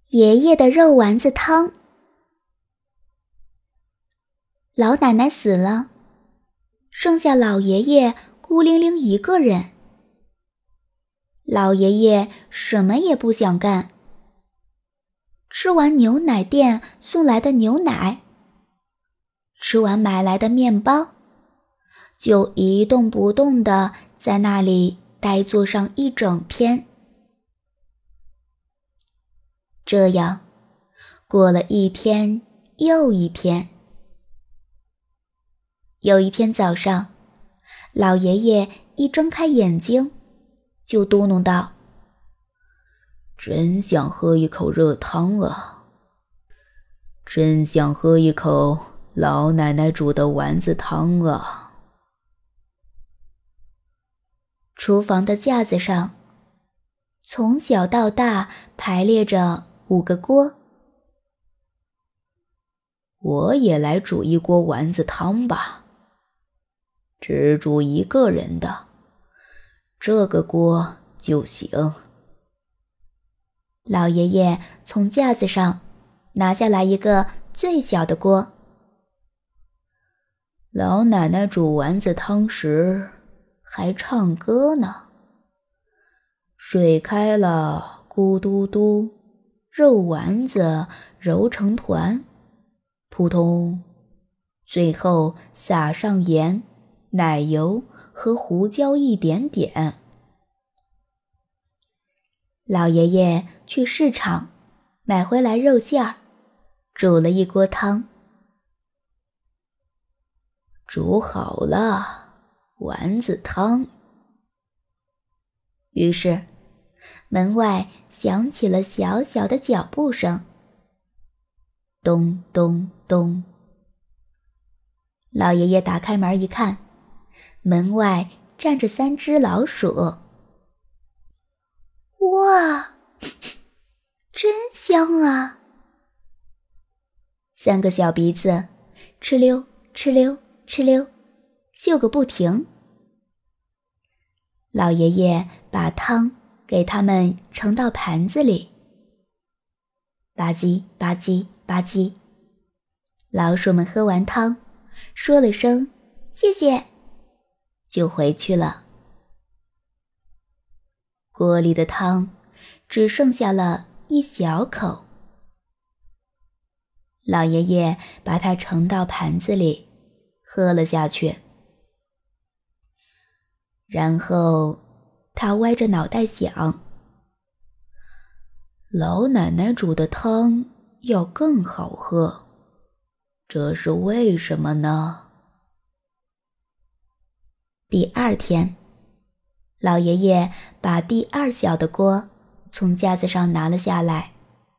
爷爷的肉丸子汤。老奶奶死了，剩下老爷爷孤零零一个人。老爷爷什么也不想干，吃完牛奶店送来的牛奶，吃完买来的面包，就一动不动地在那里呆坐上一整天。这样过了一天又一天。有一天早上，老爷爷一睁开眼睛就嘟哝道： 真想喝一口热汤啊，真想喝一口老奶奶煮的丸子汤啊。 厨房的架子上从小到大排列着5个锅。 我也来煮一锅丸子汤吧，只煮一个人的，这个锅就行。 老爷爷从架子上拿下来一个最小的锅。 老奶奶煮丸子汤时还唱歌呢，水开了咕嘟嘟，肉丸子揉成团，扑通，最后撒上盐、奶油和胡椒一点点。 老爷爷去市场买回来肉馅儿，煮了一锅汤。 煮好了，丸子汤。 于是门外响起了小小的脚步声，咚咚咚。老爷爷打开门一看，门外站着3只老鼠。哇，真香啊！3个小鼻子哧溜哧溜哧溜嗅个不停。老爷爷把汤给它们盛到盘子里，吧唧吧唧吧唧，老鼠们喝完汤，说了声谢谢，就回去了。锅里的汤只剩下了一小口。老爷爷把它盛到盘子里，喝了下去。然后他歪着脑袋想， 老奶奶煮的汤要更好喝，这是为什么呢？ 第2天，老爷爷把第2小的锅从架子上拿了下来。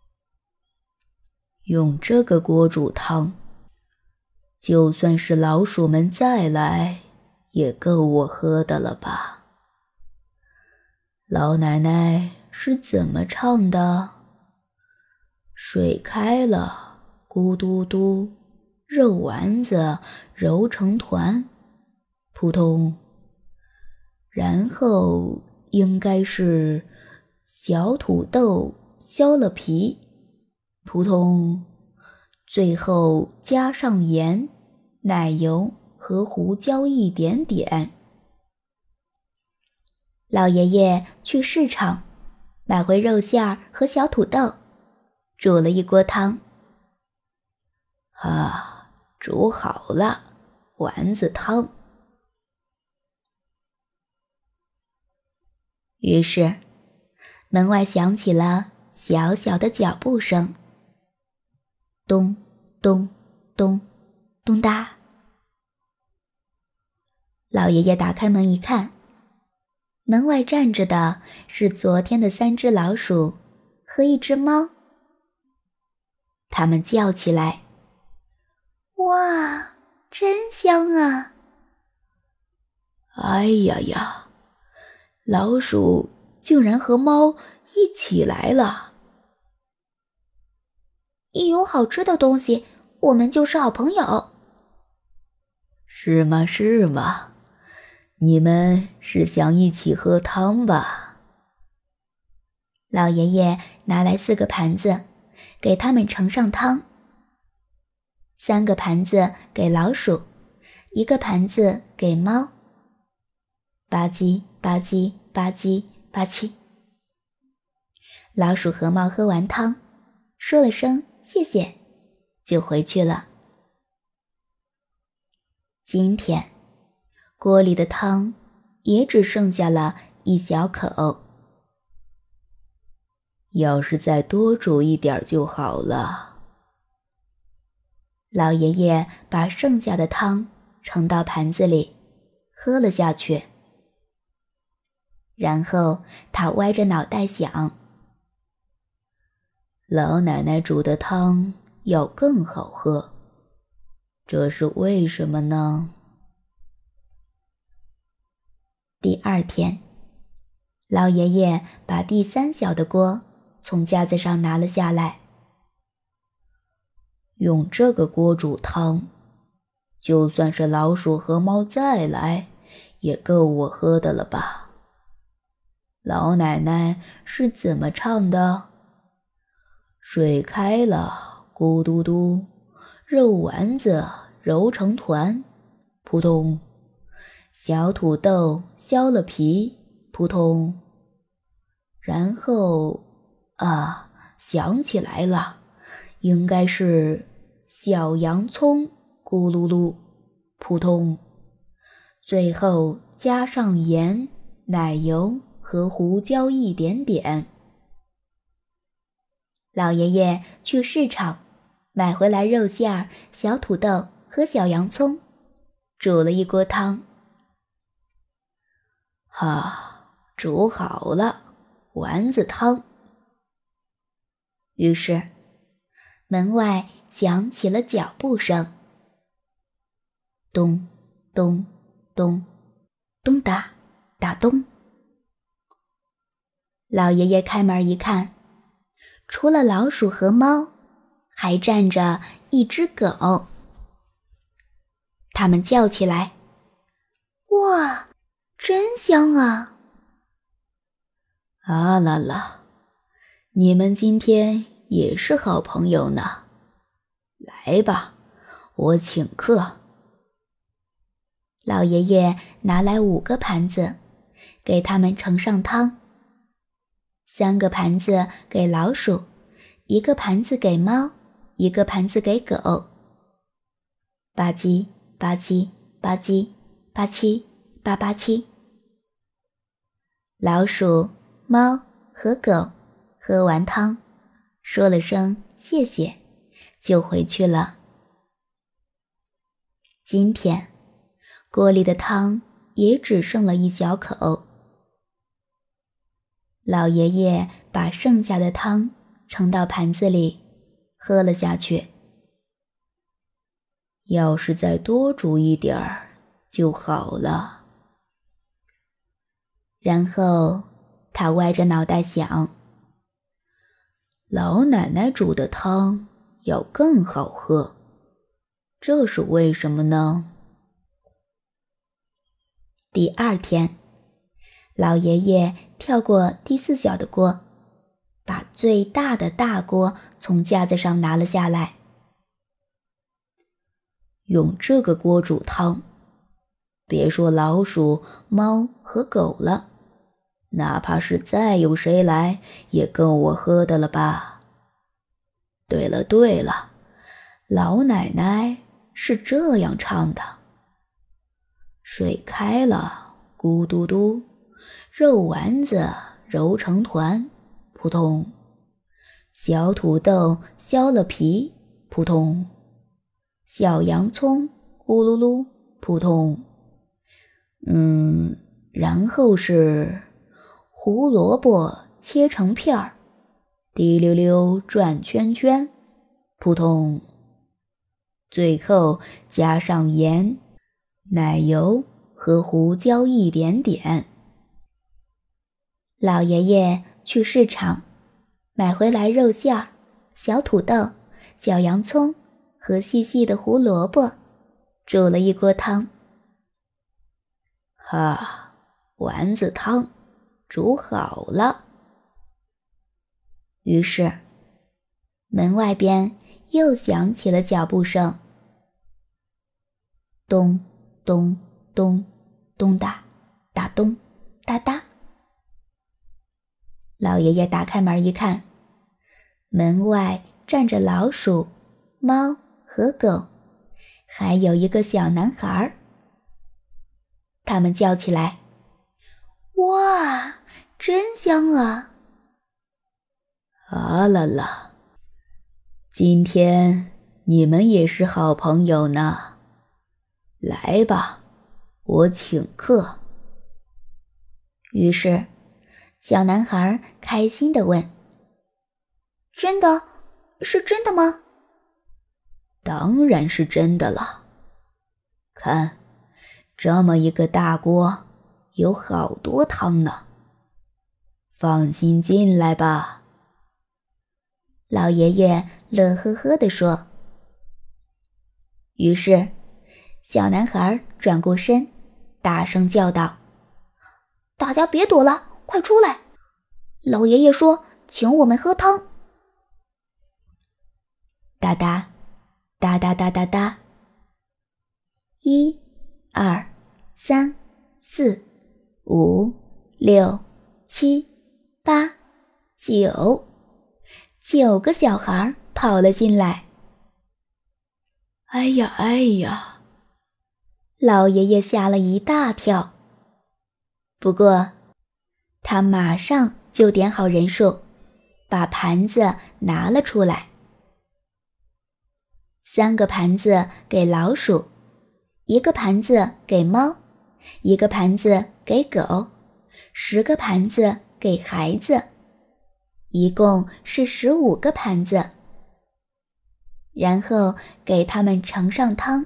用这个锅煮汤，就算是老鼠们再来，也够我喝的了吧？老奶奶是怎么唱的？水开了，咕嘟嘟，肉丸子揉成团，扑通。然后应该是小土豆削了皮，扑通，最后加上盐、奶油和胡椒一点点。 老爷爷去市场买回肉馅儿和小土豆，煮了一锅汤。 煮好了，丸子汤。 于是门外响起了小小的脚步声，咚咚咚咚哒。老爷爷打开门一看，门外站着的是昨天的3只老鼠和1只猫。他们叫起来：哇，真香啊！ 哎呀呀，老鼠竟然和猫一起来了。 一有好吃的东西，我们就是好朋友。 是吗？是吗？你们是想一起喝汤吧？ 老爷爷拿来4个盘子， 给它们盛上汤。3个盘子给老鼠，1个盘子给猫。吧唧吧唧吧唧吧唧。老鼠和猫喝完汤，说了声谢谢，就回去了。今天锅里的汤也只剩下了1小口， 要是再多煮一点就好了。 老爷爷把剩下的汤盛到盘子里，喝了下去。然后他歪着脑袋想， 老奶奶煮的汤要更好喝，这是为什么呢？ 第2天，老爷爷把第3小的锅从架子上拿了下来。 用这个锅煮汤，就算是老鼠和猫再来，也够我喝的了吧？老奶奶是怎么唱的？水开了，咕嘟嘟，肉丸子揉成团，扑通，小土豆削了皮，扑通。然后想起来了，应该是小洋葱咕噜噜，扑通，最后加上盐、奶油和胡椒一点点。 老爷爷去市场买回来肉馅儿、小土豆和小洋葱，煮了一锅汤。 煮好了，丸子汤。 于是门外响起了脚步声，咚咚咚，咚哒哒咚。老爷爷开门一看，除了老鼠和猫，还站着一只狗。他们叫起来：哇，真香啊！ 啊啦啦，你们今天也是好朋友呢。来吧，我请客。 老爷爷拿来5个盘子，给他们盛上汤。3个盘子给老鼠，1个盘子给猫，1个盘子给狗。吧唧吧唧吧唧吧唧吧吧唧。老鼠、猫和狗喝完汤，说了声谢谢，就回去了。今天锅里的汤也只剩了1小口。老爷爷把剩下的汤盛到盘子里，喝了下去。 要是再多煮一点儿就好了。 然后他歪着脑袋想， 老奶奶煮的汤要更好喝，这是为什么呢？ 第2天，老爷爷跳过第4小的锅，把最大的大锅从架子上拿了下来。 用这个锅煮汤，别说老鼠、猫和狗了，哪怕是再有谁来，也够我喝的了吧？对了对了，老奶奶是这样唱的：水开了，咕嘟嘟，肉丸子揉成团，扑通，小土豆削了皮，扑通，小洋葱咕噜噜，扑通，然后是胡萝卜切成片儿，滴溜溜转圈圈，扑通，最后加上盐、奶油和胡椒一点点。 老爷爷去市场买回来肉馅儿、小土豆、小洋葱和细细的胡萝卜，煮了一锅汤。 丸子汤煮好了。 于是门外边又响起了脚步声，咚咚咚咚哒哒咚哒哒。老爷爷打开门一看，门外站着老鼠、猫和狗，还有一个小男孩。他们叫起来：哇，真香啊！ 啊啦啦，今天你们也是好朋友呢，来吧，我请客。 于是小男孩开心地问：真的？是真的吗？ 当然是真的了，看，这么一个大锅，有好多汤呢。放心进来吧。 老爷爷乐呵呵地说。于是小男孩转过身，大声叫道：大家别躲了，快出来！老爷爷说请我们喝汤。哒哒哒哒哒哒哒，1、2、3、4、5、6、7、8、9个小孩跑了进来。 哎呀哎呀， 老爷爷吓了一大跳。不过他马上就点好人数，把盘子拿了出来。3个盘子给老鼠，1个盘子给猫，1个盘子给狗，10个盘子给孩子，一共是15个盘子。然后给他们盛上汤。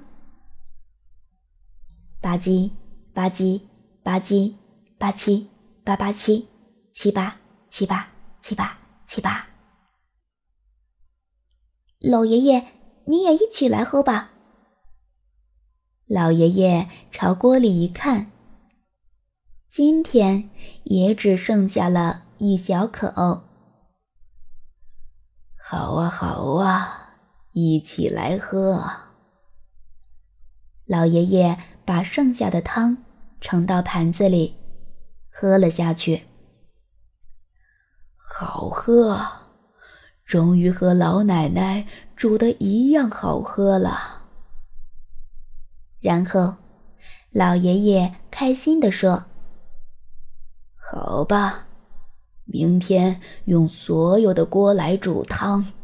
吧唧吧唧吧唧吧七吧吧七七吧七吧七吧七吧。老爷爷，你也一起来喝吧。老爷爷朝锅里一看，今天也只剩下了一小口。 好啊好啊，一起来喝。 老爷爷把剩下的汤盛到盘子里，喝了下去。 好喝，终于和老奶奶煮的一样好喝了。 然后老爷爷开心地说： 好吧，明天用所有的锅来煮汤。